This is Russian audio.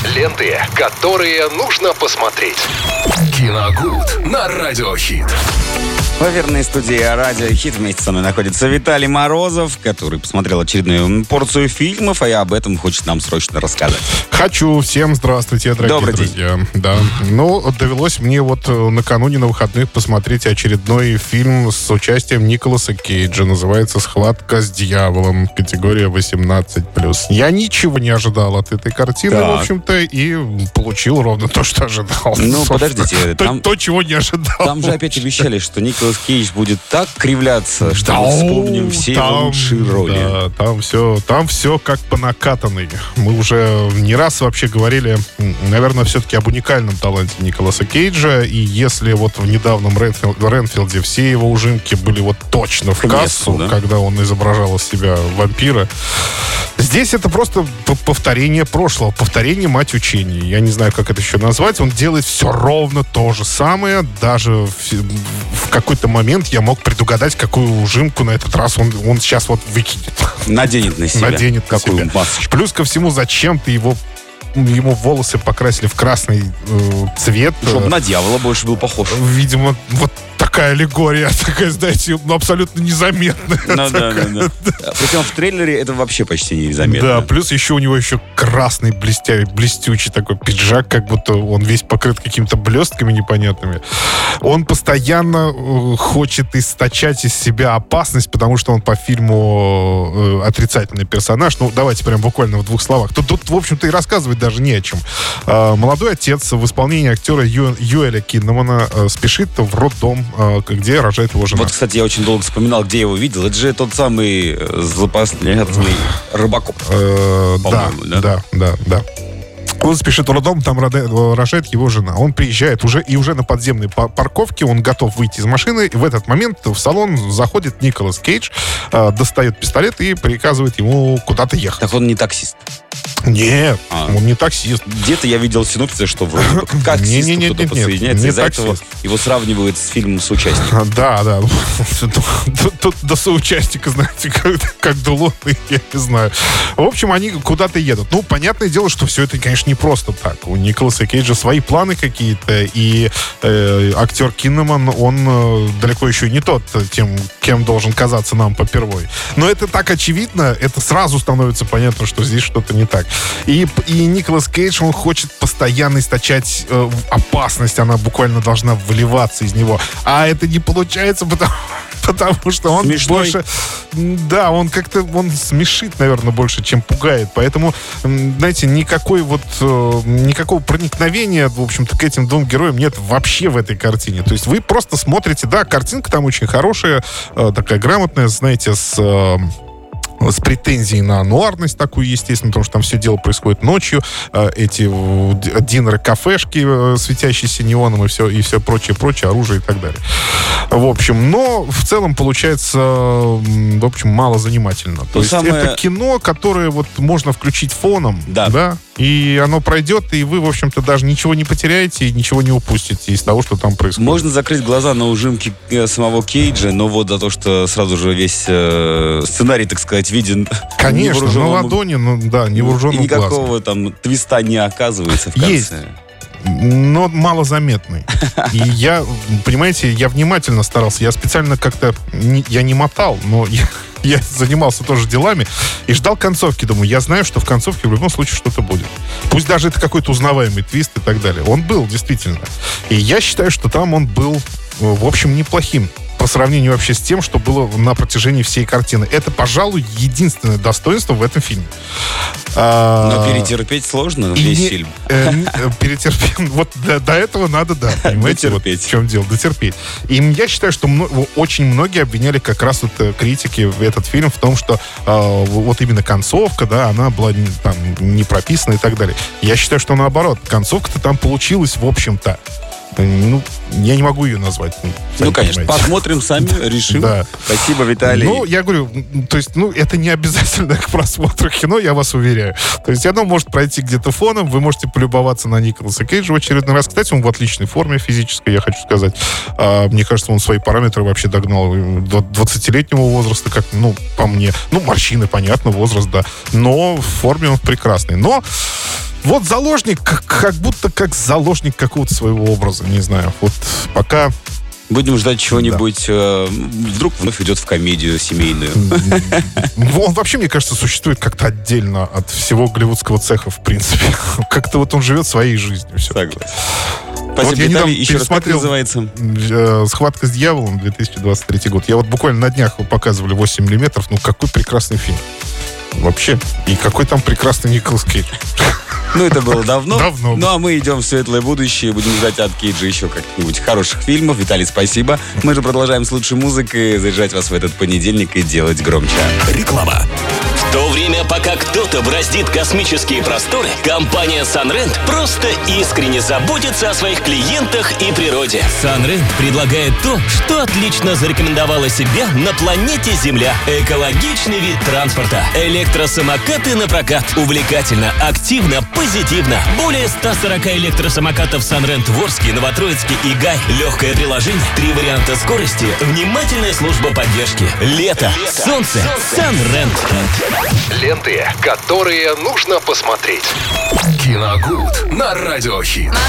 Ленты, которые нужно посмотреть. Киногуд на Радиохит. В эфирной студии Радио Хит вместе со мной находится Виталий Морозов, который посмотрел очередную порцию фильмов, и об этом хочет нам срочно рассказать. Хочу. Всем здравствуйте, дорогие друзья. Да. Ну, довелось мне вот накануне на выходных посмотреть очередной фильм с участием Николаса Кейджа. Называется «Схватка с дьяволом». Категория 18+. Я ничего не ожидал от этой картины, в общем-то, и получил ровно то, что ожидал. Ну, подождите. То, чего не ожидал. Там же опять обещали, что Николас Кейдж будет так кривляться, что мы вспомним все его лучшие роли. Да, там все как по накатанной. Мы уже не раз вообще говорили, наверное, все-таки об уникальном таланте Николаса Кейджа. И если вот в недавнем Ренфилде все его ужимки были вот точно в кассу, да? Когда он изображал из себя вампира, здесь это просто повторение прошлого, повторение мать учения. Я не знаю, как это еще назвать. Он делает все ровно то же самое. Даже в какой-то момент я мог предугадать, какую ужимку на этот раз он сейчас вот выкинет. Наденет на себя. Какую масочку. Плюс ко всему, зачем-то ему волосы покрасили в красный цвет. Чтобы на дьявола больше был похож. Видимо, вот такая аллегория, такая, знаете, абсолютно незаметная. Ну, да. Причем в трейлере это вообще почти незаметно. Да, плюс еще у него еще красный блестючий такой пиджак, как будто он весь покрыт какими-то блестками непонятными. Он постоянно хочет источать из себя опасность, потому что он по фильму отрицательный персонаж. Ну, давайте прям буквально в двух словах. Тут в общем-то, и рассказывать даже не о чем. Молодой отец в исполнении актера Юэля Киннамана спешит в роддом, где рожает его жена. Вот, кстати, я очень долго вспоминал, где я его видел. Это же тот самый злопоследный Рыбаков, по-моему, да. Он спешит в роддом, там рожает его жена. Он приезжает уже на подземной парковке, он готов выйти из машины, и в этот момент в салон заходит Николас Кейдж, достает пистолет и приказывает ему куда-то ехать. Так он не таксист? Нет, он не таксист. Где-то я видел в синопсисе, что вроде бы как таксисту кто-то подсоединяется, из-за этого его сравнивают с фильмом «Соучастник». Да. Тут до соучастника, знаете, как до Луны, я не знаю. В общем, они куда-то едут. Ну, понятное дело, что все это, конечно, не просто так. У Николаса Кейджа свои планы какие-то, и актер Киннаман, он далеко еще не тот, кем должен казаться нам попервой. Но это так очевидно, это сразу становится понятно, что здесь что-то не так. И Николас Кейдж, он хочет постоянно источать опасность, она буквально должна выливаться из него. А это не получается, потому что он смешной. Больше... Да, он смешит, наверное, больше, чем пугает. Поэтому, знаете, никакого проникновения, в общем-то, к этим двум героям нет вообще в этой картине. То есть вы просто смотрите, да, картинка там очень хорошая, такая грамотная, знаете, с претензией на нуарность такую, естественно, потому что там все дело происходит ночью, эти динеры-кафешки, светящиеся неоном и все прочее, оружие и так далее. В общем, но в целом получается, в общем, мало занимательно. То есть это кино, которое вот можно включить фоном, да, и оно пройдет, и вы, в общем-то, даже ничего не потеряете и ничего не упустите из того, что там происходит. Можно закрыть глаза на ужимки самого Кейджа, но вот за то, что сразу же весь сценарий, так сказать, виден. Конечно, на ладони, невооруженным глазом. И никакого там твиста не оказывается в конце. Есть, но малозаметный. И я, понимаете, я внимательно старался. Я специально как-то, я не мотал, но я занимался тоже делами и ждал концовки. Думаю, я знаю, что в концовке в любом случае что-то будет. Пусть даже это какой-то узнаваемый твист и так далее. Он был, действительно. И я считаю, что там он был, в общем, неплохим по сравнению вообще с тем, что было на протяжении всей картины. Это, пожалуй, единственное достоинство в этом фильме. Но перетерпеть сложно весь фильм. Перетерпеть. Вот до этого надо, да, понимаете, вот в чем дело, дотерпеть. И я считаю, что очень многие обвиняли как раз вот критики в этот фильм в том, что вот именно концовка, да, она была там не прописана и так далее. Я считаю, что наоборот, концовка-то там получилась, в общем-то. Ну, я не могу ее назвать. Ну, конечно, понимаете. Посмотрим сами, решим. Да. Спасибо, Виталий. Ну, я говорю, то есть, это не обязательно к просмотру кино, я вас уверяю. То есть, оно может пройти где-то фоном, вы можете полюбоваться на Николаса Кейджа в очередной раз. Кстати, он в отличной форме физической, я хочу сказать. Мне кажется, он свои параметры вообще догнал до 20-летнего возраста, как, по мне. Морщины, понятно, возраст, да. Но в форме он прекрасный. Но Вот заложник, как будто как заложник какого-то своего образа, не знаю. Вот пока... Будем ждать чего-нибудь, вдруг вновь идет в комедию семейную. Он вообще, мне кажется, существует как-то отдельно от всего голливудского цеха, в принципе. Как-то вот он живет своей жизнью. Согласен. Вот Спасибо, Виталий. Еще раз, как называется? «Схватка с дьяволом», 2023 год. Я вот буквально на днях его показывали 8 миллиметров. Ну, какой прекрасный фильм. Вообще. И какой там прекрасный Николас Кейдж. Ну, это было давно. Давно. Ну, а мы идем в светлое будущее. Будем ждать от Кейджа еще как-нибудь хороших фильмов. Виталий, спасибо. Мы же продолжаем с лучшей музыкой, заряжать вас в этот понедельник и делать громче. Реклама. В то время, пока кто-то бороздит космические просторы, компания Sunrent просто искренне заботится о своих клиентах и природе. Sunrent предлагает то, что отлично зарекомендовало себя на планете Земля. Экологичный вид транспорта. Электросамокаты на прокат. Увлекательно, активно, позитивно. Более 140 электросамокатов Sunrent в Орске, Новотроицке и Гай. Легкое приложение, 3 варианта скорости, внимательная служба поддержки. Лето, солнце, Sunrent. Ленты, которые нужно посмотреть. Киногуд на Радиохит.